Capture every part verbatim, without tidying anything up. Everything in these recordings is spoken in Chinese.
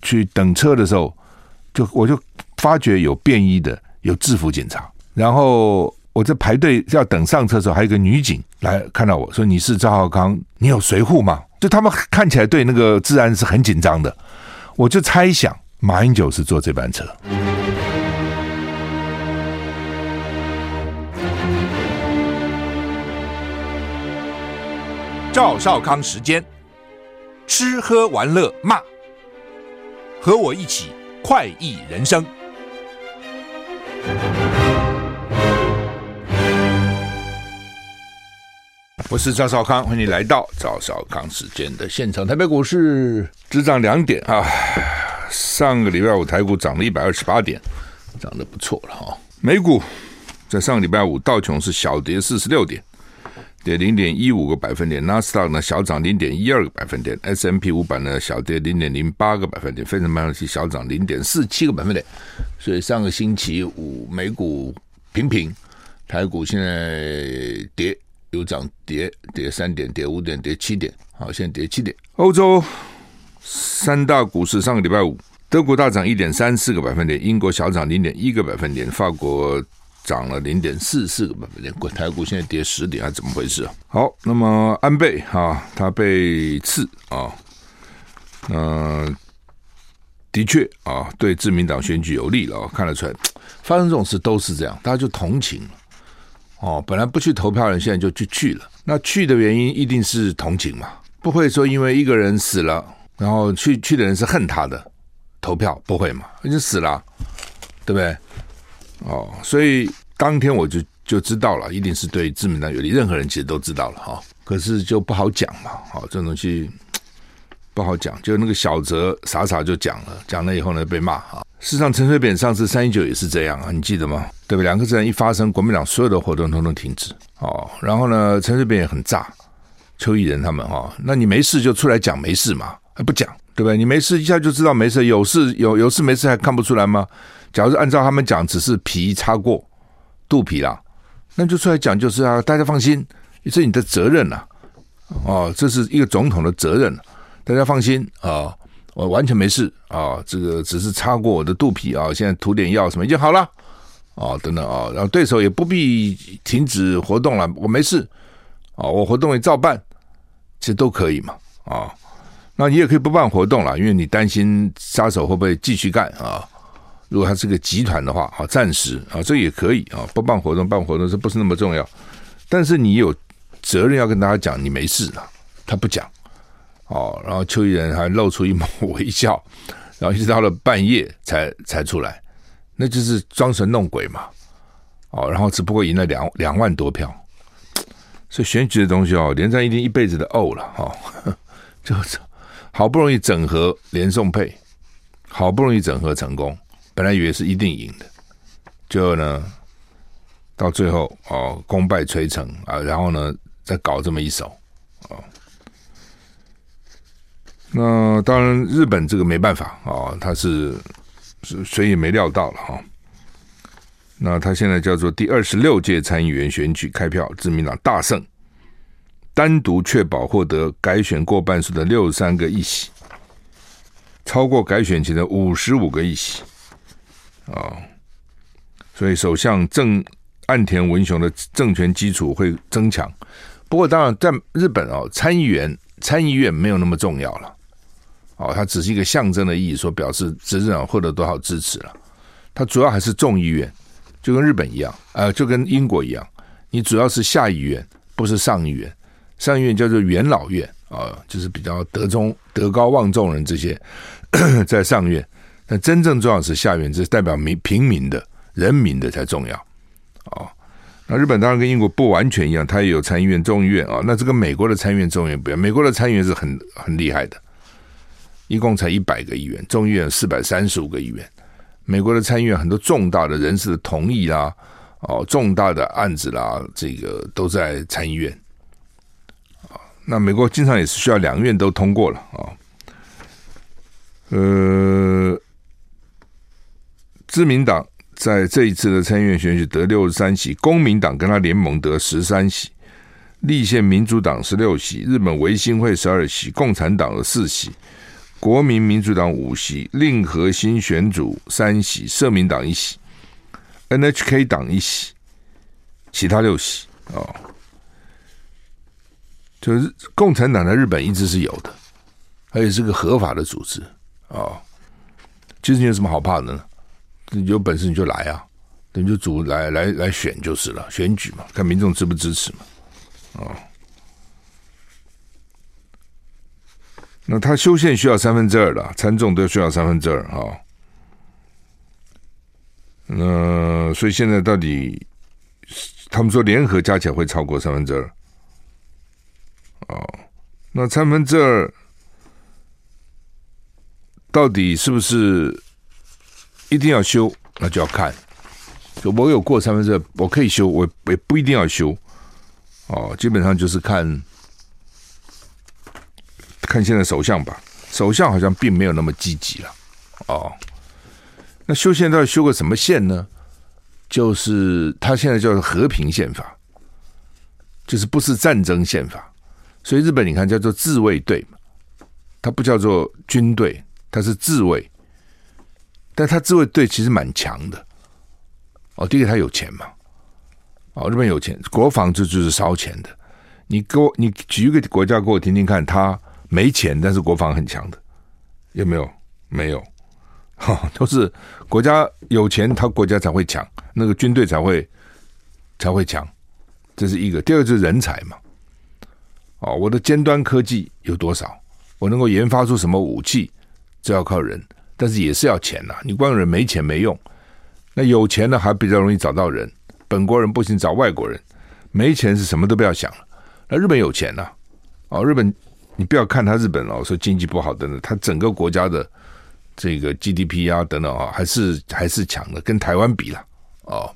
去等车的时候，就我就发觉有便衣的，有制服警察，然后我在排队要等上车的时候，还有一个女警来看到我说：“你是赵少康，你有随扈吗？”就他们看起来对那个治安是很紧张的，我就猜想马英九是坐这班车。 赵少康时间，吃喝玩乐骂，和我一起快意人生。 我是赵少康，欢迎你来到赵少康时间的现场。台北股市只涨两点啊，上个礼拜五台股涨了一百二十八点，涨得不错了哈。美股在上个礼拜五道琼是小跌四十六点，跌零点一五个百分点，纳斯达克呢小涨零点一二个百分点 ，S and P 五百呢小跌零点零八个百分点，费城半导体小涨零点四七个百分点。所以上个星期五美股平平，台股现在跌。有涨跌跌三点，跌五点，跌七点，好，现在跌七点。欧洲三大股市上个礼拜五，德国大涨一点三四个百分点，英国小涨零点一个百分点，法国涨了零点四四个百分点，台股现在跌十点，还怎么回事啊？好，那么安倍啊，他被刺啊，呃，的确啊，对自民党选举有利了，看得出来，发生这种事都是这样，大家就同情了。哦，本来不去投票的人现在就去去了，那去的原因一定是同情嘛，不会说因为一个人死了，然后去去的人是恨他的投票，不会嘛，已经死了，对不对？哦，所以当天我就就知道了，一定是对自民党有利，任何人其实都知道了哈、哦，可是就不好讲嘛，好、哦，这种东西不好讲，就那个小泽傻傻就讲了，讲了以后呢被骂哈。事实上，陈水扁上次三一九也是这样啊，你记得吗？对不对？两个战一发生，国民党所有的活动统统停止哦。然后呢，陈水扁也很炸，邱毅人他们哈、哦，那你没事就出来讲没事嘛，还不讲，对不对？你没事一下就知道没事，有事有有事没事还看不出来吗？假如是按照他们讲，只是皮擦过肚皮啦，那就出来讲就是啊，大家放心，这是你的责任啦，哦，这是一个总统的责任，大家放心啊。哦我完全没事啊，这个只是擦过我的肚皮啊，现在涂点药什么已经好了啊，等等啊，然后对手也不必停止活动了，我没事啊，我活动也照办，其实都可以嘛啊。那你也可以不办活动了，因为你担心杀手会不会继续干啊？如果他是个集团的话啊，暂时啊，这也可以啊，不办活动办活动这不是那么重要，但是你有责任要跟大家讲你没事了，他不讲。哦，然后邱毅人还露出一抹微笑，然后一直到了半夜才才出来，那就是装神弄鬼嘛。哦，然后只不过赢了两两万多票，所以选举的东西哦，连战一定一辈子的怄了哈、哦，就好不容易整合连宋配，好不容易整合成功，本来以为是一定赢的，结果呢，到最后哦功败垂成啊，然后呢再搞这么一手哦。那当然，日本这个没办法啊，他是谁也没料到了哈。那他现在叫做第二十六届参议员选举开票，自民党大胜，单独确保获得改选过半数的六十三个议席，超过改选前的五十五个议席啊。所以首相正岸田文雄的政权基础会增强。不过当然，在日本哦，参议员参议院没有那么重要了。哦，它只是一个象征的意义，说表示执政党获得多少支持了。它主要还是众议院，就跟日本一样，呃，就跟英国一样，你主要是下议院，不是上议院。上议院叫做元老院啊、呃，就是比较德中德高望重人这些在上院，但真正重要的是下院，这是代表民平民的人民的才重要哦。那日本当然跟英国不完全一样，它也有参议院、众议院啊。那这个美国的参议院、众议院不一样，美国的参议院是很很厉害的。一共才一百个议员，众议院四百三十五个议员。美国的参议院很多重大的人事的同意啦，哦，重大的案子啦，这个都在参议院。那美国经常也是需要两院都通过了啊。呃，自民党在这一次的参议院选举得六十三席，公民党跟他联盟得十三席，立宪民主党十六席，日本维新会十二席，共产党的四席。 国民民主党五席，令和新选组三席，社民党一席 ，N H K 党一席，其他六席哦。就是共产党在日本一直是有的，而且是个合法的组织哦。其实你有什么好怕的呢？有本事你就来啊，你就组来来来选就是了，选举嘛，看民众支不支持嘛，哦。那他修宪需要三分之二了，参众都需要三分之二哈。那所以现在到底他们说联合加起来会超过三分之二，哦，那三分之二到底是不是一定要修？那就要看，就我有过三分之二，我可以修，我也不一定要修，哦，基本上就是看。看现在首相吧，首相好像并没有那么积极了哦。那修宪到底修个什么宪呢？就是他现在叫做和平宪法，就是不是战争宪法。所以日本你看叫做自卫队嘛，它不叫做军队，它是自卫。但它自卫队其实蛮强的哦。第一个他有钱嘛，哦，日本有钱，国防就就是烧钱的。你给我，你举一个国家给我听听看，他没钱，但是国防很强的，有没有？没有，哦，都是国家有钱，他国家才会强，那个军队才会才会强，这是一个。第二个就是人才嘛，哦，我的尖端科技有多少？我能够研发出什么武器，这要靠人，但是也是要钱呐。你光有人没钱没用，那有钱呢还比较容易找到人，本国人不行，找外国人，没钱是什么都不要想了。那日本有钱呐，哦，日本。你不要看他日本哦，说经济不好等等，他整个国家的这个 G D P 啊等等啊，还是还是强的，跟台湾比啦哦。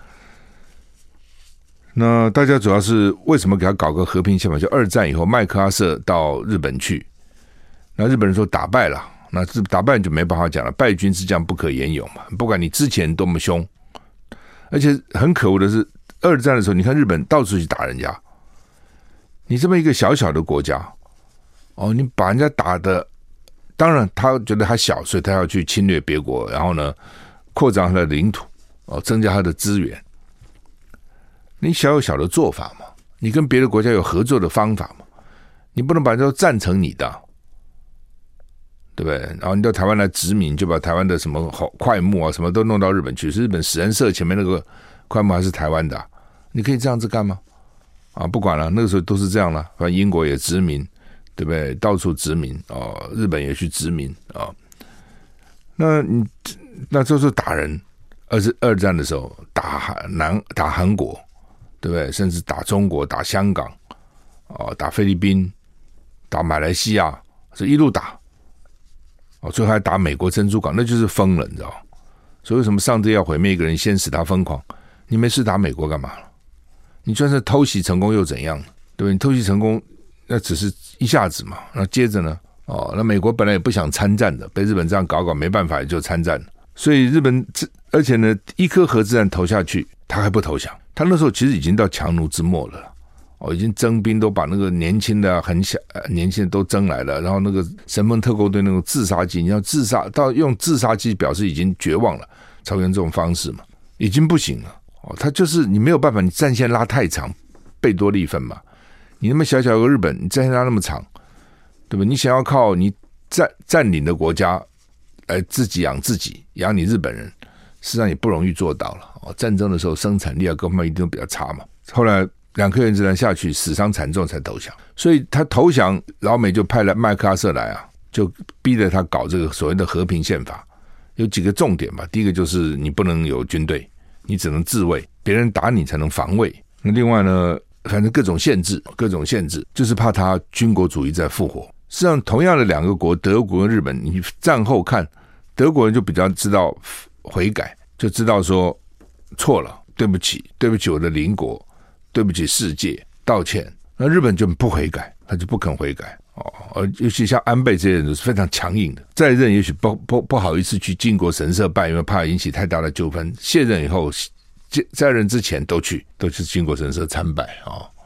那大家主要是为什么给他搞个和平宪法？就二战以后，麦克阿瑟到日本去，那日本人说打败了，那打败就没办法讲了，败军之将不可言勇嘛。不管你之前多么凶，而且很可恶的是，二战的时候，你看日本到处去打人家，你这么一个小小的国家。哦，你把人家打的，当然他觉得他小，所以他要去侵略别国，然后呢，扩张他的领土，哦，增加他的资源。你小有小的做法嘛，你跟别的国家有合作的方法嘛，你不能把人家赞成你的，对不对？然后你到台湾来殖民，就把台湾的什么快木啊，什么都弄到日本去，是日本史人社前面那个快木还是台湾的、啊，你可以这样子干吗？啊，不管了，那个时候都是这样了，反正英国也殖民。对不对？到处殖民哦，日本也去殖民啊、哦。那你那就是打人，二是二战的时候打南打韩国，对不对？甚至打中国、打香港，哦，打菲律宾、打马来西亚，这一路打，哦，最后还打美国珍珠港，那就是疯了，你知道？所以为什么上帝要毁灭一个人，先使他疯狂？你没事打美国干嘛了？你就算是偷袭成功又怎样？对不对？你偷袭成功。那只是一下子嘛，那接着呢？哦，那美国本来也不想参战的，被日本这样搞搞，没办法也就参战了。所以日本，而且呢，一颗核子弹投下去，他还不投降。他那时候其实已经到强弩之末了，哦，已经征兵都把那个年轻的、很小、年轻的都征来了，然后那个神风特攻队那种自杀机，你要自杀到用自杀机表示已经绝望了，朝鲜这种方式嘛，已经不行了。哦，他就是你没有办法，你战线拉太长，贝多利分嘛。你那么小小一个日本，你战线拉那么长，对吧？你想要靠你占占领的国家来自己养自己，养你日本人，实际上也不容易做到了。哦，战争的时候生产力啊各方面一定都比较差嘛。后来两颗原子弹下去，死伤惨重才投降。所以他投降，老美就派了麦克阿瑟来啊，就逼着他搞这个所谓的和平宪法。有几个重点吧，第一个就是你不能有军队，你只能自卫，别人打你才能防卫。那另外呢？反正各种限制，各种限制，就是怕他军国主义再复活。实际上，同样的两个国，德国跟日本，你战后看，德国人就比较知道悔改，就知道说错了，对不起，对不起我的邻国，对不起世界，道歉。那日本就不悔改，他就不肯悔改哦。而尤其像安倍这些人都是非常强硬的，在任也许不不不好意思去靖国神社拜，因为怕引起太大的纠纷。卸任以后。在任之前都去，都去靖国神社参拜啊、哦，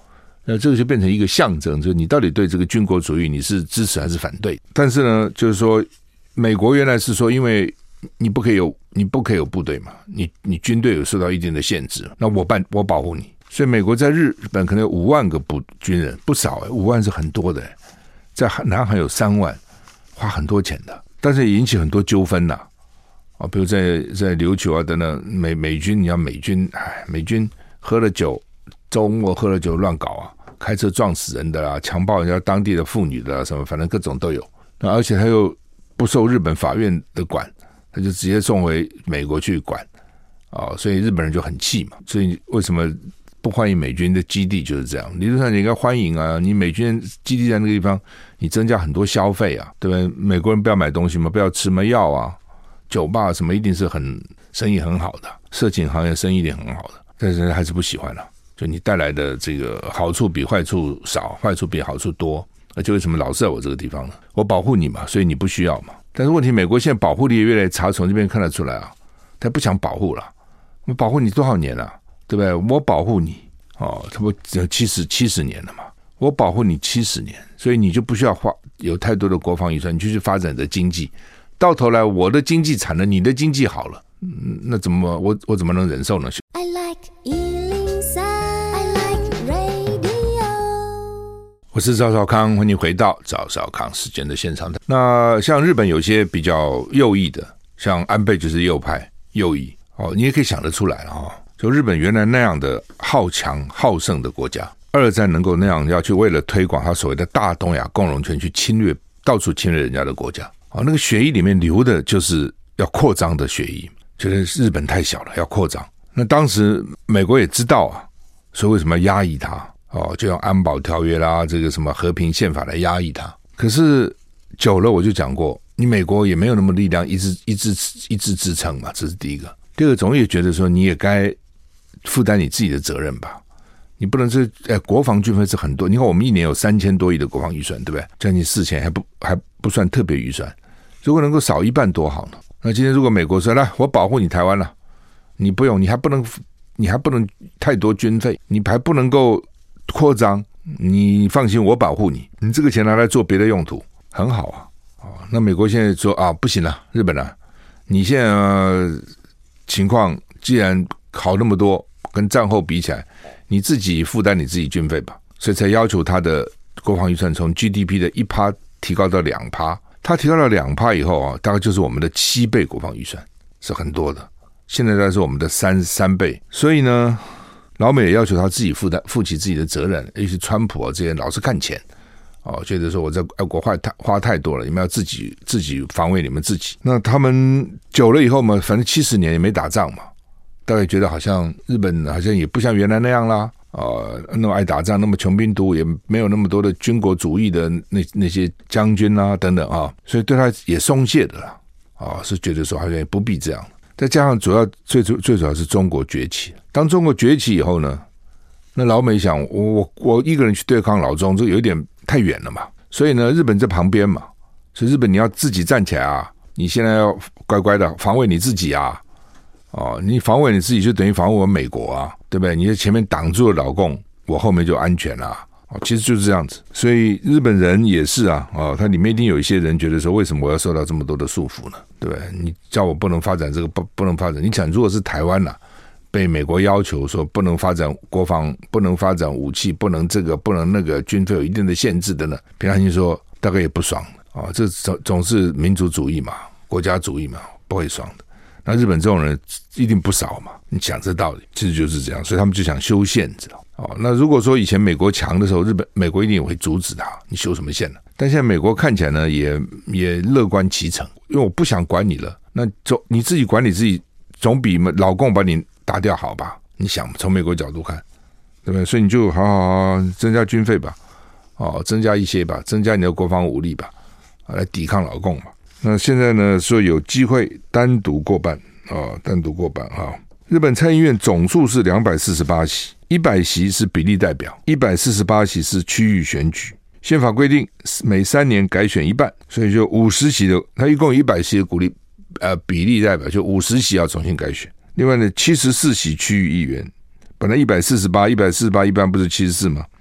那这个就变成一个象征，就是你到底对这个军国主义你是支持还是反对。但是呢，就是说美国原来是说，因为你不可以有你不可以有部队嘛，你你军队有受到一定的限制，那我办我保护你，所以美国在日本可能有五万个部军人，不少哎，五万是很多的，在南韩有三万，花很多钱的，但是也引起很多纠纷呐、啊。啊，比如在在琉球啊等等，美美军，你要美军，哎，美军喝了酒，周末喝了酒乱搞啊，开车撞死人的啦，强暴人家当地的妇女的啦，什么，反正各种都有。那而且他又不受日本法院的管，他就直接送回美国去管啊，所以日本人就很气嘛。所以为什么不欢迎美军的基地就是这样？理论上你应该欢迎啊，你美军基地在那个地方，你增加很多消费啊，对不对？美国人不要买东西嘛，不要吃嘛药啊。酒吧什么一定是很生意很好的，色情行业生意一定很好的，但是还是不喜欢了、啊。就你带来的这个好处比坏处少，坏处比好处多，而且为什么老是在我这个地方呢？我保护你嘛，所以你不需要嘛。但是问题，美国现在保护力越来越差，从这边看得出来啊，他不想保护了。我保护你多少年了、啊，对不对？我保护你哦，差不多七十七十年了嘛，我保护你七十年，所以你就不需要花有太多的国防预算，你就去发展你的经济。到头来我的经济惨了，你的经济好了，那怎么我我怎么能忍受呢？ I like 一零三 I like radio。 我是赵少康，欢迎回到赵少康时间的现场。那像日本有些比较右翼的，像安倍就是右派右翼哦，你也可以想得出来哦。就日本原来那样的好强好胜的国家，二战能够那样要去为了推广他所谓的大东亚共荣圈去侵略，到处侵略人家的国家。哦，那个血液里面流的就是要扩张的血液，觉得日本太小了，要扩张。那当时美国也知道啊，所以为什么要压抑它？哦，就用安保条约啦，这个什么和平宪法来压抑它。可是久了，我就讲过，你美国也没有那么力量一直一直一直支撑嘛，这是第一个。第二个，总也觉得说你也该负担你自己的责任吧。你不能是哎，国防军费是很多，你看我们一年有三千多亿的国防预算，对不对？将近四千，还不还不算特别预算。如果能够少一半多好呢？那今天如果美国说来，我保护你台湾了，你不用，你还不能，你还不能太多军费，你还不能够扩张，你放心，我保护你，你这个钱拿来做别的用途，很好啊。哦，那美国现在说啊，不行了，日本啊，你现在、呃、情况既然好那么多，跟战后比起来，你自己负担你自己军费吧，所以才要求他的国防预算从 G D P 的 百分之一 提高到 百分之二。他提高了 百分之二 以后啊，大概就是我们的七倍国防预算，是很多的。现在大概是我们的三三倍，所以呢，老美也要求他自己负担负起自己的责任。尤其川普啊这些人老是看钱，哦，觉得说我在国花太花太多了，你们要自己自己防卫你们自己。那他们久了以后嘛，反正七十年也没打仗嘛，大概觉得好像日本好像也不像原来那样啦。呃，那么爱打仗，那么穷兵黩武，也没有那么多的军国主义的那那些将军啊等等啊，所以对他也松懈的啦，啊，是觉得说好像也不必这样。再加上主要最主最主要是中国崛起，当中国崛起以后呢，那老美想我我我一个人去对抗老中，这有点太远了嘛，所以呢，日本在旁边嘛，所以日本你要自己站起来啊，你现在要乖乖的防卫你自己啊。哦，你防卫你自己就等于防卫我美国啊，对不对？你在前面挡住了老共，我后面就安全了、啊哦。其实就是这样子，所以日本人也是啊，哦，他里面一定有一些人觉得说，为什么我要受到这么多的束缚呢？对不对？你叫我不能发展这个，不不能发展。你想，如果是台湾啊，被美国要求说不能发展国防，不能发展武器，不能这个，不能那个，军费有一定的限制的呢，平常心说大概也不爽啊、哦。这总总是民族主义嘛，国家主义嘛，不会爽的。那日本这种人一定不少嘛，你讲这道理，其实就是这样，所以他们就想修宪，知道？哦，那如果说以前美国强的时候，日本美国一定也会阻止他，你修什么宪呢？但现在美国看起来呢，也也乐观其成，因为我不想管你了，那总你自己管你自己，总比老共把你打掉好吧？你想从美国角度看，对不对？所以你就好好好增加军费吧，哦，增加一些吧，增加你的国防武力吧，来抵抗老共吧。那现在呢，说有机会单独过半啊、哦，单独过半哈。日本参议院总数是两百四十八席，一百席是比例代表，一百四十八席是区域选举。宪法规定每三年改选一半，所以就五十席的，它一共有一百席的鼓励呃比例代表，就五十席要重新改选。另外呢，七十四席区域议员，本来一百四十八，一百四十八一般不是七十四吗？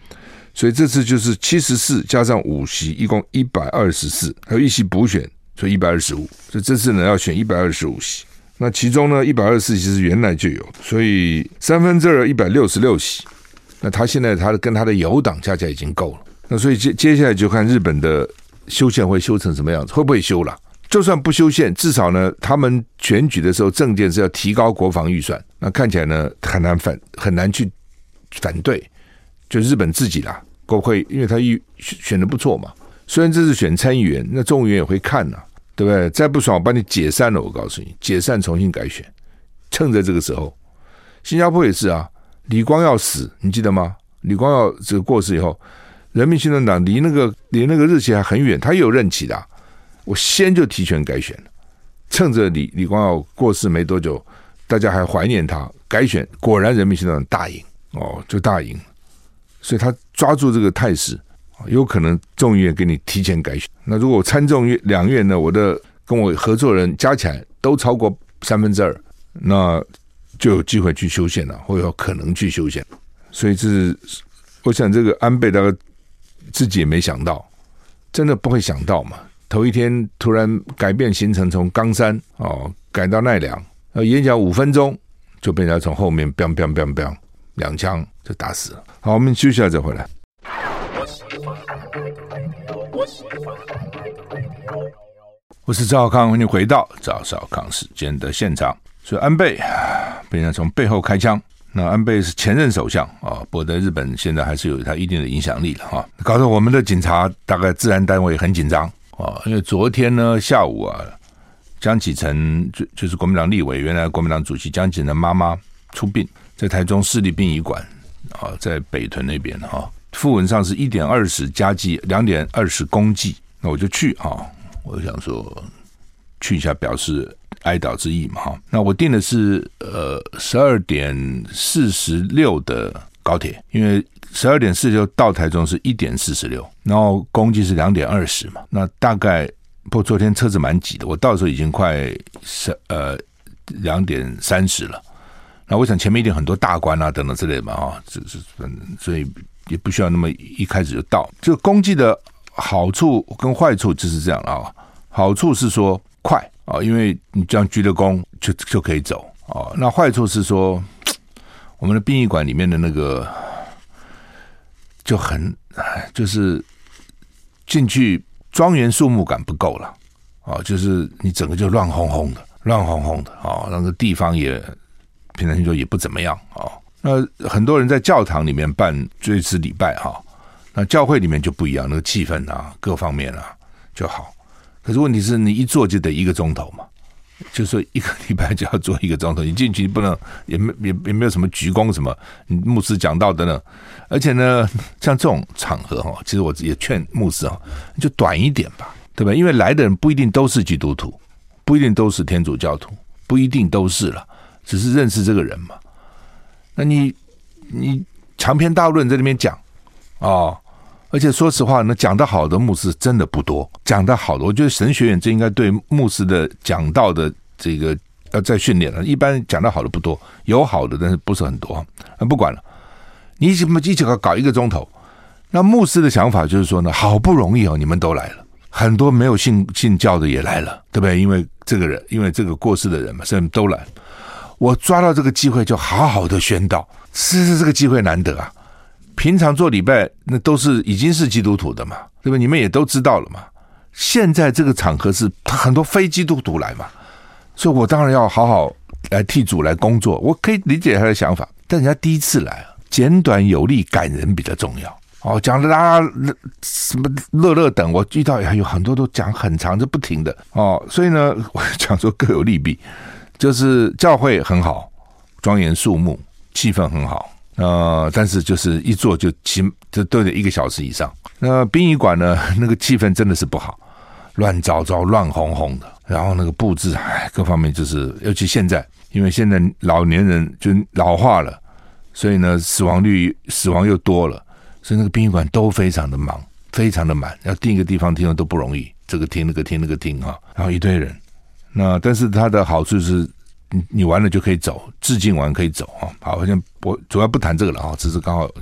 所以这次就是七十四加上五席，一共一百二十四，还有一席补选，所以一百二十五。所以这次呢要选一百二十五席。那其中呢一百二十四席是原来就有，所以三分之二一百六十六席。那他现在他跟他的友党加起来已经够了。那所以接接下来就看日本的修宪会修成什么样子，会不会修啦？就算不修宪，至少呢，他们选举的时候政见是要提高国防预算，那看起来呢很难反很难去反对，就日本自己啦，国会因为他选得不错嘛，虽然这是选参议员，那众议员也会看呐、啊，对不对？再不爽我把你解散了，我告诉你，解散重新改选，趁着这个时候，新加坡也是啊，李光耀死，你记得吗？李光耀这个过世以后，人民行动党离那个离那个日期还很远，他也有任期的、啊。我先就提权改选了，趁着李李光耀过世没多久，大家还怀念他，改选，果然人民行动党大赢哦，就大赢，所以他抓住这个态势，有可能众议院给你提前改选。那如果我参众两院呢，我的跟我合作人加起来都超过三分之二，那就有机会去修宪了，或有可能去修宪。所以这是我想这个安倍大概自己也没想到，真的不会想到嘛。头一天突然改变行程，从冈山哦改到奈良，呃，演讲五分钟就被人家从后面 biang biang biang biang 两枪就打死了。好，我们休息一下再回来。我是赵少康，欢迎回到赵少康时间的现场。所以安倍被人家从背后开枪，那安倍是前任首相啊，不过在日本现在还是有他一定的影响力了哈，搞得我们的警察大概治安单位很紧张。哦，因为昨天呢下午啊，江启臣就就是国民党立委，原来国民党主席江启臣的妈妈出殡，在台中市立殡仪馆啊，在北屯那边哈，讣文上是一点二十加祭，两点二十公祭，那我就去哈，我就想说去一下表示哀悼之意嘛哈。那我订的是呃十二点四十六的高铁，因为十二点四十六到台中是一点四十六，然后公祭是两点二十嘛，那大概不过昨天车子蛮挤的，我到的时候已经快呃两点三十了。那我想前面一定很多大官啊等等之类的嘛啊，所以也不需要那么一开始就到。这个公祭的好处跟坏处就是这样啊，好处是说快啊，因为你这样鞠了躬就就可以走啊。那坏处是说我们的殡仪馆里面的那个。就很就是进去庄园肃穆感不够了啊，就是你整个就乱哄哄的，乱哄哄的啊，那个地方也平常听说也不怎么样啊。那很多人在教堂里面办追思礼拜哈，那教会里面就不一样，那个气氛啊，各方面啊就好。可是问题是你一坐就得一个钟头嘛。就说一个礼拜就要做一个钟头，你进去不能也没也也没有什么鞠躬什么，你牧师讲道等等，而且呢，像这种场合哈，其实我也劝牧师哈，就短一点吧，对吧？因为来的人不一定都是基督徒，不一定都是天主教徒，不一定都是了，只是认识这个人嘛。那你你长篇大论在那边讲哦。而且说实话呢，讲得好的牧师真的不多，讲得好的，我觉得神学院这应该对牧师的讲道的这个要再训练了。一般讲得好的不多，有好的，但是不是很多。不管了，你一起一起搞一个钟头，那牧师的想法就是说呢，好不容易哦，你们都来了，很多没有信信教的也来了，对不对？因为这个人，因为这个过世的人嘛，所以都来。我抓到这个机会就好好的宣道，是是这个机会难得啊。平常做礼拜那都是已经是基督徒的嘛，对吧？你们也都知道了嘛。现在这个场合是很多非基督徒来嘛，所以我当然要好好来替主来工作。我可以理解他的想法，但人家第一次来，简短有力、感人比较重要。哦，讲啦什么乐乐等，我遇到还有很多都讲很长，就不停的哦。所以呢，我讲说各有利弊，就是教会很好，庄严肃穆，气氛很好。呃，但是就是一坐就起就都得一个小时以上。那殡仪馆呢，那个气氛真的是不好，乱糟糟、乱哄哄的。然后那个布置，哎，各方面就是，尤其现在，因为现在老年人就老化了，所以呢，死亡率死亡又多了，所以那个殡仪馆都非常的忙，非常的满，要订一个地方听都不容易，这个听那个听那个听哈，然后一堆人。那但是它的好处是。你你完了就可以走，致敬完可以走哈。好，好像我主要不谈这个了哈，只是刚好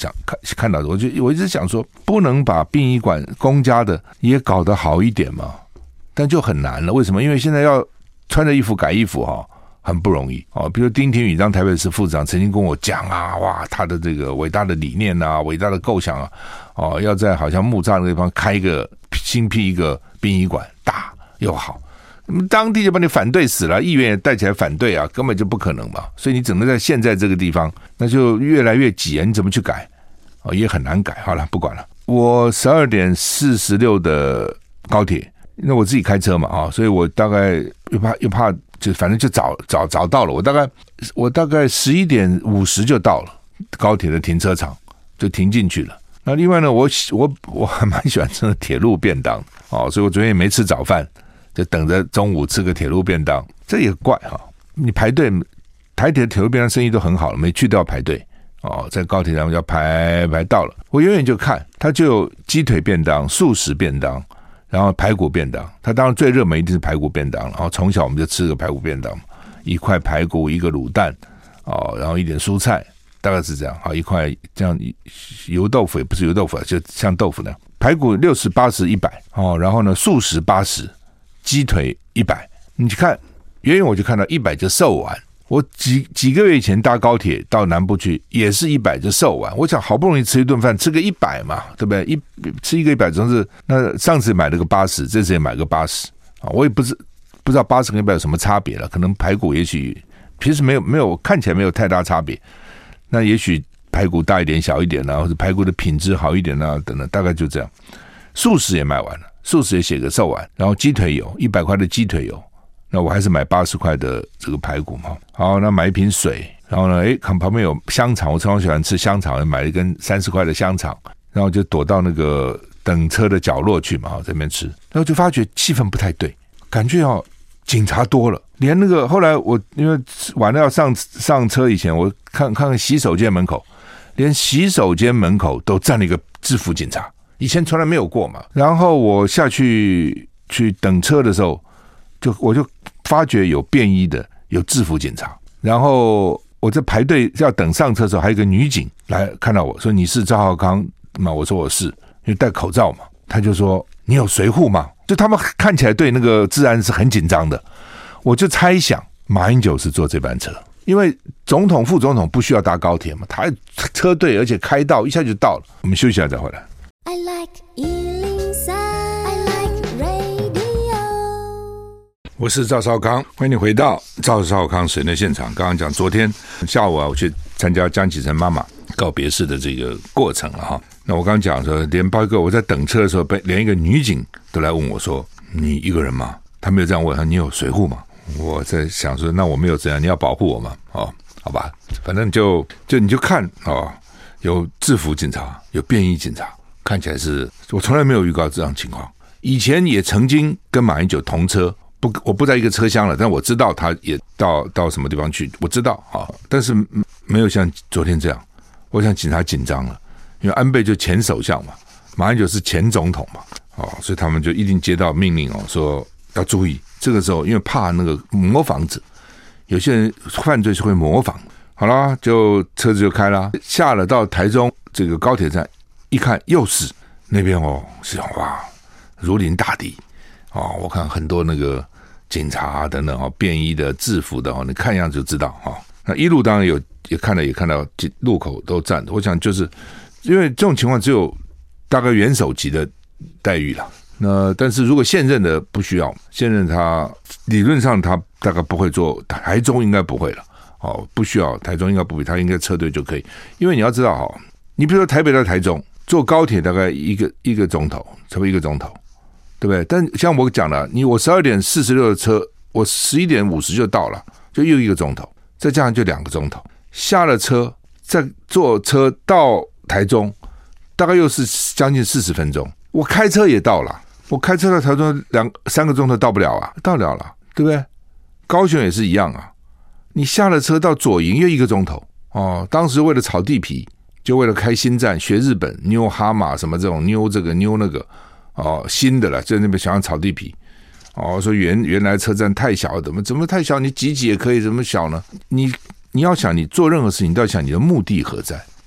想看看到的，我就我一直想说，不能把殡仪馆公家的也搞得好一点嘛？但就很难了，为什么？因为现在要穿着衣服改衣服哈、哦，很不容易哦。比如丁廷宇当台北市副市长，曾经跟我讲啊，哇，他的这个伟大的理念啊，伟大的构想啊，哦，要在好像木栅那个地方开一个新辟一个殡仪馆，大又好。当地就把你反对死了，议员也带起来反对啊，根本就不可能嘛。所以你只能在现在这个地方，那就越来越挤啊，你怎么去改？哦，也很难改。好了，不管了。我十二点四十六的高铁，那我自己开车嘛啊，所以我大概又怕又怕，就反正就早早早到了。我大概我大概十一点五十就到了高铁的停车场，就停进去了。那另外呢，我我我还蛮喜欢吃铁路便当哦，所以我昨天也没吃早饭。就等着中午吃个铁路便当，这也怪哈！你排队，台铁的铁路便当生意都很好了，每去都要排队哦，在高铁上要排排到了。我远远就看，它就有鸡腿便当、素食便当，然后排骨便当。它当然最热门一定是排骨便当，然后从小我们就吃个排骨便当，一块排骨，一个卤蛋哦，然后一点蔬菜，大概是这样。好，一块这样油豆腐也不是油豆腐，就像豆腐那样。排骨六十、八十、一百哦，然后呢素食八十。鸡腿一百，你看远远我就看到一百就售完。我几几个月以前搭高铁到南部去，也是一百就售完。我想好不容易吃一顿饭，吃个一百嘛，对不对？一吃一个一百，总是那上次买了个八十，这次也买个八十啊。我也不知不知道八十跟一百有什么差别了，可能排骨也许其实没有没有看起来没有太大差别，那也许排骨大一点、小一点啊，或者排骨的品质好一点啊，等等，大概就这样。素食也卖完了。素食也写个售完，然后鸡腿有一百块的鸡腿有，那我还是买八十块的这个排骨嘛。好，那买一瓶水，然后呢，诶，看旁边有香肠，我超喜欢吃香肠，买了一根三十块的香肠，然后就躲到那个等车的角落去嘛，在那边吃，然后就发觉气氛不太对，感觉哦，警察多了，连那个后来我因为晚上要上上车以前，我看看洗手间门口，连洗手间门口都站了一个制服警察。以前从来没有过嘛，然后我下去去等车的时候，就我就发觉有便衣的，有制服警察。然后我在排队要等上车的时候，还有一个女警来看到我说：“你是赵少康吗？”我说：“我是。”因为戴口罩嘛，他就说：“你有随护吗？”就他们看起来对那个治安是很紧张的。我就猜想马英九是坐这班车，因为总统、副总统不需要搭高铁嘛，他车队而且开道一下就到了。我们休息一下再回来。 I like one oh three. I like radio. 我是赵少康，欢迎你回到赵少康神的现场。刚刚讲昨天下午啊，我去参加江启臣妈妈告别式的这个过程了哈。那我刚刚讲说，连包括我在等车的时候，连一个女警都来问我说：“你一个人吗？”他没有这样问，他你有随护吗？我在想说，那我没有这样，你要保护我吗？哦，好吧，反正就就你就看哦，有制服警察，有便衣警察。看起来是我从来没有预告这样情况，以前也曾经跟马英九同车，不，我不在一个车厢了，但我知道他也到到什么地方去，我知道啊，但是没有像昨天这样，我想警察紧张了，因为安倍就前首相嘛，马英九是前总统嘛，哦，所以他们就一定接到命令哦，说要注意，这个时候因为怕那个模仿者，有些人犯罪是会模仿，好啦，就车子就开啦，下了到台中这个高铁站。一看又是那边哦，是哇，如临大敌哦！我看很多那个警察、啊、等等哦，便衣的、制服的哦，你看样子就知道哈、哦。那一路当然有也看了，也看到路口都站着。我想就是因为这种情况只有大概元首级的待遇了。那但是如果现任的不需要，现任他理论上他大概不会做，台中应该不会了哦，不需要台中应该不会，他应该车队就可以。因为你要知道哈、哦，你比如说台北到台中。坐高铁大概一个一个钟头，差不多一个钟头，对不对？但像我讲了，你我十二点四十六的车，我十一点五十就到了，就又一个钟头，再加上就两个钟头。下了车，再坐车到台中，大概又是将近四十分钟。我开车也到了，我开车到台中两三个钟头到不了啊，到了了，对不对？高雄也是一样啊，你下了车到左营又一个钟头哦。当时为了炒地皮。就为了开新站，学日本妞哈马什么这种妞这个妞那个哦，新的了，在那边想要炒地皮哦，说原原来车站太小，怎么怎么太小？你挤挤也可以，怎么小呢？你你要想，你做任何事情都要想你的目的何在？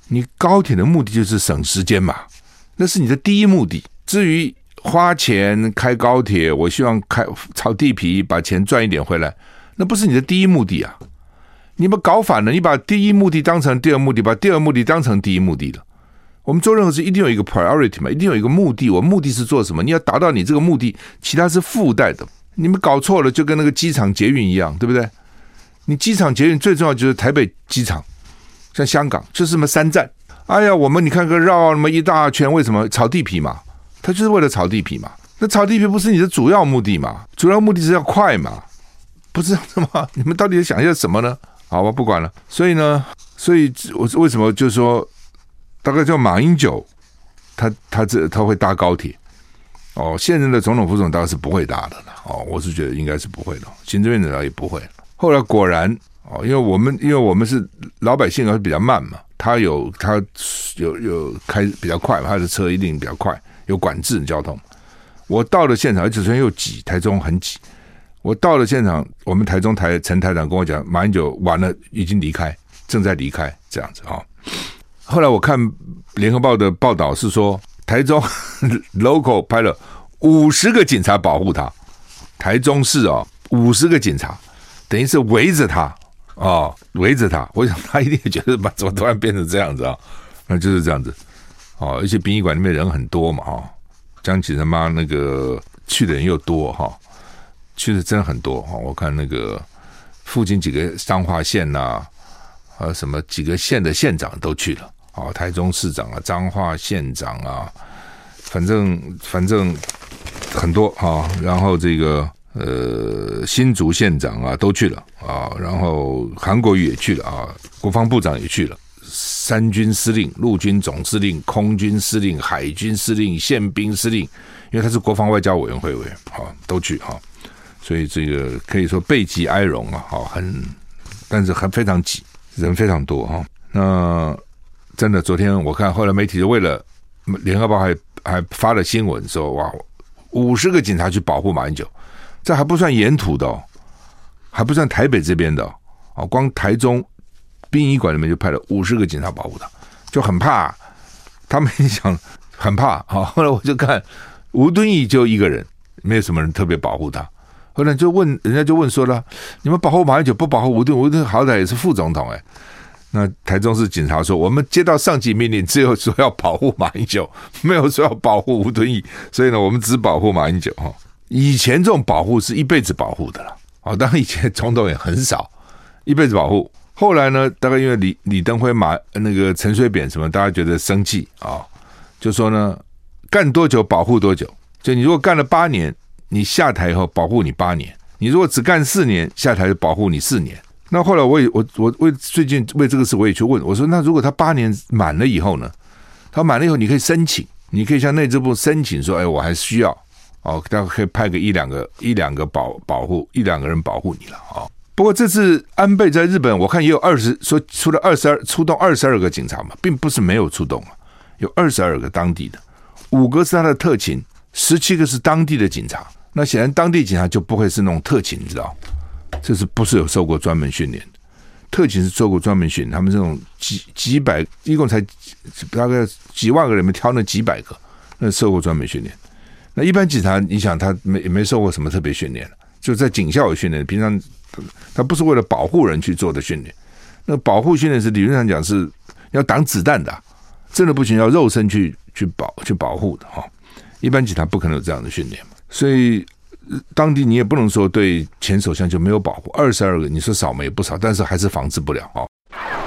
你高铁的目的就是省时间嘛，那是你的第一目的。至于花钱开高铁，我希望开炒地皮把钱赚一点回来，那不是你的第一目的啊！你们搞反了，你把第一目的当成第二目的，把第二目的当成第一目的了。我们做任何事一定有一个 priority 嘛，一定有一个目的。我目的是做什么？你要达到你这个目的，其他是附带的。你们搞错了，就跟那个机场捷运一样，对不对？你机场捷运最重要就是台北机场，像香港就是什么三站。哎呀，我们你看个绕那么一大圈，为什么炒地皮嘛？它就是为了炒地皮嘛。那炒地皮不是你的主要目的嘛？主要目的是要快嘛，不是这样子吗？你们到底想要什么呢？好吧，不管了。所以呢，所以我为什么就说，大概叫马英九，他他这他会搭高铁。哦，现任的总统副总大概是不会搭的了。哦，我是觉得应该是不会的，行政院长也不会。后来果然，哦，因为我们因为我们是老百姓，而比较慢嘛，他有他有有开比较快嘛，他的车一定比较快，有管制交通。我到了现场，而且昨天又挤，台中很挤。我到了现场，我们台中台陈台长跟我讲，马英九完了，已经离开，正在离开这样子啊、哦。后来我看联合报的报道是说，台中local 派了五十个警察保护他，台中市哦，五十个警察，等于是围着他哦，围着他。我想他一定也觉得，怎么突然变成这样子啊？那就是这样子哦，而且殡仪馆里面人很多嘛哈、哦，江启臣妈那个去的人又多哈、哦，去的真的很多哈、哦。我看那个附近几个彰化县呐、啊，还有什么几个县的县长都去了。哦，台中市长啊，彰化县长啊，反正反正很多啊、哦，然后这个呃新竹县长啊都去了啊，然后韩国瑜也去了啊，国防部长也去了，三军司令、陆军总司令、空军司令、海军司令、宪兵司令，因为他是国防外交委员会委员啊，都去哈、啊，所以这个可以说备极哀荣啊，好很，但是很非常挤，人非常多哈、啊，那。真的，昨天我看后来媒体就为了联合报还还发了新闻说，哇，五十个警察去保护马英九，这还不算沿途的哦，还不算台北这边的哦，光台中殡仪馆里面就派了五十个警察保护他，就很怕，他们想很怕。好，后来我就看吴敦义就一个人，没有什么人特别保护他。后来就问人家就问说了，你们保护马英九不保护吴敦义？吴敦义好歹也是副总统哎。那台中市警察说，我们接到上级命令，只有说要保护马英九，没有说要保护吴敦义，所以呢，我们只保护马英九哈。以前这种保护是一辈子保护的了，哦，当然以前总统也很少一辈子保护。后来呢，大概因为李李登辉、马那个陈水扁什么，大家觉得生气啊、哦，就说呢，干多久保护多久。就你如果干了八年，你下台以后保护你八年；你如果只干四年，下台就保护你四年。那后来我也我我为最近为这个事我也去问，我说那如果他八年满了以后呢？他满了以后你可以申请，你可以向内政部申请说，哎，我还需要哦，大概可以派个一两个一两个保保护一两个人保护你了哦。不过这次安倍在日本，我看也有二十说出了二十二出动二十二个警察嘛，并不是没有出动啊，有二十二个当地的，五个是他的特勤，十七个是当地的警察。那显然当地警察就不会是那种特勤，你知道？这是不是有受过专门训练的？特勤是受过专门训练，他们这种几几百，一共才大概几万个人，里面挑那几百个，那受过专门训练。那一般警察，你想他没没受过什么特别训练，就在警校有训练，平常他不是为了保护人去做的训练。那保护训练是理论上讲是要挡子弹的、啊，真的不行，要肉身去去保去保护的哈。一般警察不可能有这样的训练嘛，所以。当地你也不能说对前首相就没有保护，二十二个你说少嘛也不少，但是还是防治不了哦。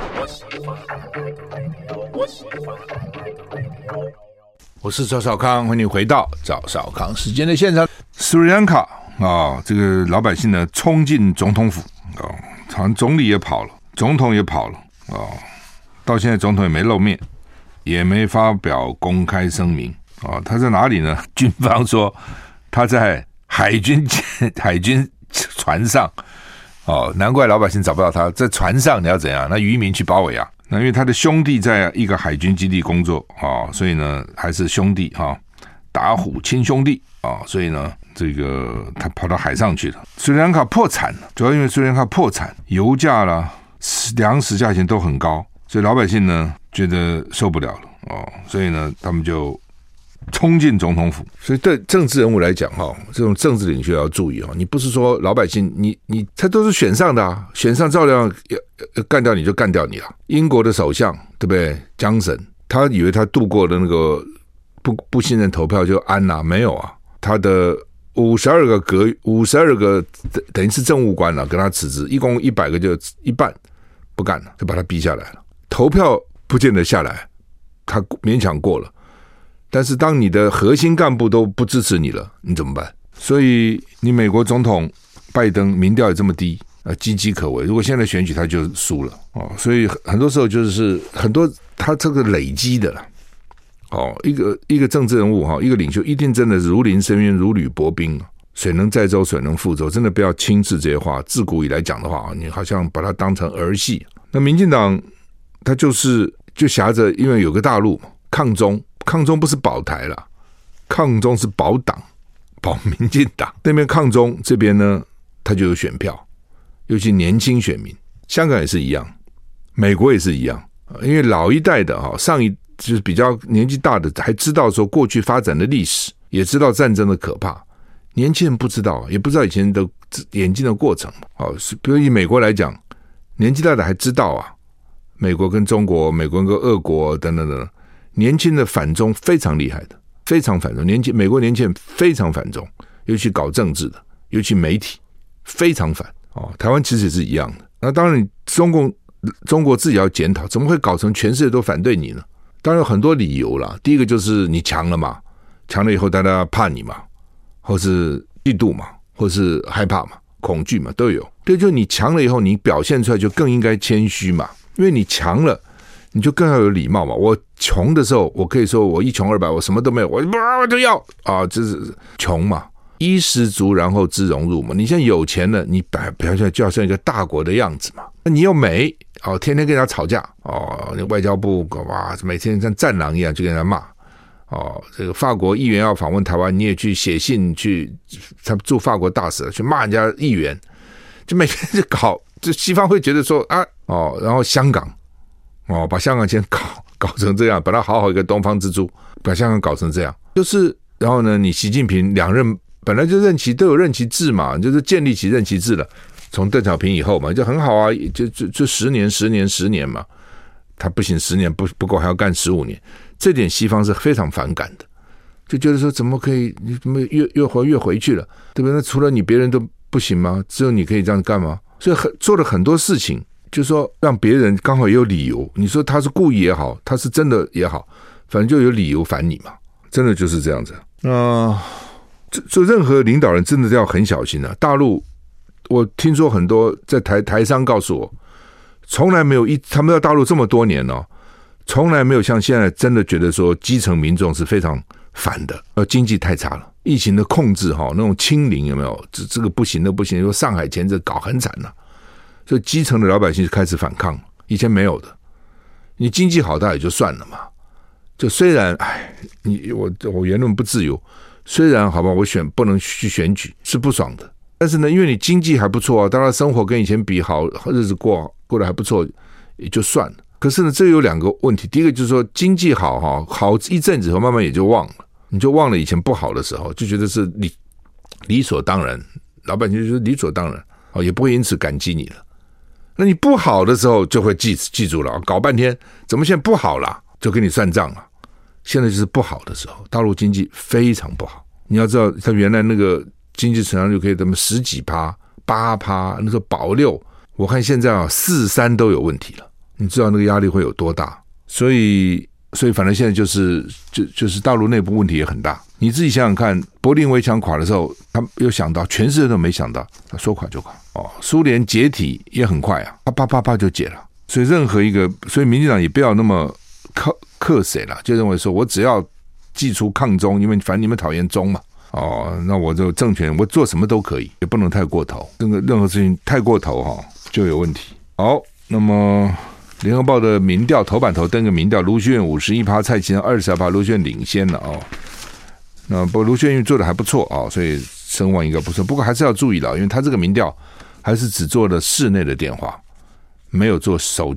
我是赵少康，欢迎回到赵少康时间的现场。斯里兰卡啊，这个老百姓呢冲进总统府啊，好像总理也跑了，总统也跑了啊，到现在总统也没露面，也没发表公开声明啊。他在哪里呢？军方说他在。海军海军船上哦，难怪老百姓找不到他。在船上你要怎样？那渔民去包围啊。那因为他的兄弟在一个海军基地工作啊、哦，所以呢还是兄弟哈、哦，打虎亲兄弟啊、哦，所以呢这个他跑到海上去了。斯里兰卡破产了，主要因为斯里兰卡破产，油价啦、粮食价钱都很高所以老百姓呢觉得受不了了哦，所以呢他们就冲进总统府。所以对政治人物来讲哈，这种政治领袖要注意哈，你不是说老百姓你你他都是选上的啊，选上照样干掉你就干掉你了。英国的首相对不对？江森他以为他度过的那个不不信任投票就安啊，没有啊，他的五十二个阁五十二个等于是政务官了、啊，跟他辞职，一共一百个就一半不干了，就把他逼下来了。投票不见得下来，他勉强过了。但是当你的核心干部都不支持你了，你怎么办？所以你美国总统拜登民调也这么低，呃，岌岌可危。如果现在选举他就输了哦，所以很多时候就是很多他这个累积的啦。哦，一个一个政治人物哈，一个领袖一定真的是如临深渊，如履薄冰，水能载舟，水能覆舟，真的不要轻视这些话。自古以来讲的话，你好像把它当成儿戏。那民进党他就是就挟着，因为有个大陆抗中。抗中不是保台啦，抗中是保党，保民进党。那边抗中，这边呢，他就有选票，尤其年轻选民。香港也是一样，美国也是一样，因为老一代的哈，上一就是比较年纪大的，还知道说过去发展的历史，也知道战争的可怕。年轻人不知道，也不知道以前的演进的过程。哦，比如以美国来讲，年纪大的还知道啊，美国跟中国，美国跟俄国等等等等。年轻的反中非常厉害的，非常反中。年轻美国年轻人非常反中，尤其搞政治的，尤其媒体非常反哦。台湾其实也是一样的。那当然，中共中国自己要检讨，怎么会搞成全世界都反对你呢？当然有很多理由啦。第一个就是你强了嘛，强了以后大家怕你嘛，或是嫉妒嘛，或是害怕嘛，恐惧嘛，都有。对，就是你强了以后，你表现出来就更应该谦虚嘛，因为你强了。你就更要有礼貌嘛。我穷的时候，我可以说我一穷二白，我什么都没有，我我都要啊，这是穷嘛，衣食足，然后知荣辱嘛。你现在有钱了，你表表现就要像一个大国的样子嘛。你又美哦，天天跟人家吵架哦，外交部哇，每天像战狼一样就跟人家骂哦。这个法国议员要访问台湾，你也去写信去，他驻法国大使去骂人家议员，就每天就搞，就西方会觉得说啊哦，然后香港。哦，把香港先搞搞成这样，把它好好一个东方之珠，把香港搞成这样，就是然后呢，你习近平两任本来就任期都有任期制嘛，就是建立起任期制了，从邓小平以后嘛，就很好啊，就就就十年十年十年嘛，他不行，十年不不够，还要干十五年，这点西方是非常反感的，就觉得说怎么可以，你怎么越越活越回去了，对不对？那除了你别人都不行吗？只有你可以这样干吗？所以很做了很多事情。就是说让别人刚好也有理由，你说他是故意也好，他是真的也好，反正就有理由烦你嘛，真的就是这样子。那、呃、就任何领导人真的要很小心啊。大陆我听说很多在台台商告诉我，从来没有一他们到大陆这么多年哦，从来没有像现在真的觉得说基层民众是非常烦的，呃，经济太差了，疫情的控制哈，那种清零有没有？这这个不行，那不行，说上海前这搞很惨了、啊。所以基层的老百姓开始反抗，以前没有的。你经济好，大也就算了嘛。就虽然，哎，你我我言论不自由，虽然好吧，我选不能去选举是不爽的，但是呢，因为你经济还不错啊，当然生活跟以前比好，日子过过得还不错，也就算了。可是呢，这有两个问题，第一个就是说经济好哈，好一阵子后，慢慢也就忘了，你就忘了以前不好的时候，就觉得是理理所当然，老百姓就觉得理所当然，哦，也不会因此感激你了。那你不好的时候就会记记住了，搞半天怎么现在不好了，就跟你算账了。现在就是不好的时候，大陆经济非常不好。你要知道，它原来那个经济成长率可以怎么十几趴、八趴，那时候保六，我看现在啊四三都有问题了。你知道那个压力会有多大？所以，所以反正现在就是就就是大陆内部问题也很大。你自己想想看，柏林围墙垮的时候，他有想到，全世界都没想到，他说垮就垮。哦，苏联解体也很快啊，啪啪啪啪就解了。所以任何一个，所以民进党也不要那么克克谁了，就认为说我只要祭出抗中，因为反正你们讨厌中嘛。哦，那我就政权我做什么都可以，也不能太过头。这个任何事情太过头哈、哦、就有问题。好，那么联合报的民调头版头登个民调，卢秀燕五十一趴，蔡其昌二十二趴，卢秀燕领先了哦。那不过卢秀燕做的还不错啊、哦，所以声望应该不错。不过还是要注意了，因为他这个民调还是只做了室内的电话，没有做手机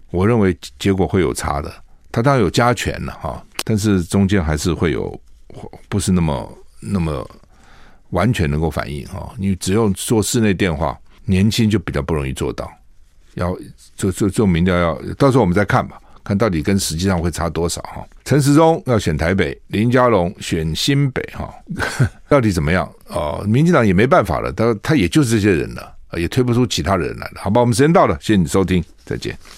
我认为结果会有差的。他当然有加权了哈，但是中间还是会有不是那么那么完全能够反映哈。你只用做室内电话，年轻就比较不容易做到。要做做做民调要，到时候我们再看吧，看到底跟实际上会差多少哈。陈时中要选台北，林佳龙选新北哈，到底怎么样？哦，民进党也没办法了，他他也就是这些人了，也推不出其他人来了。好吧，我们时间到了，谢谢你收听，再见。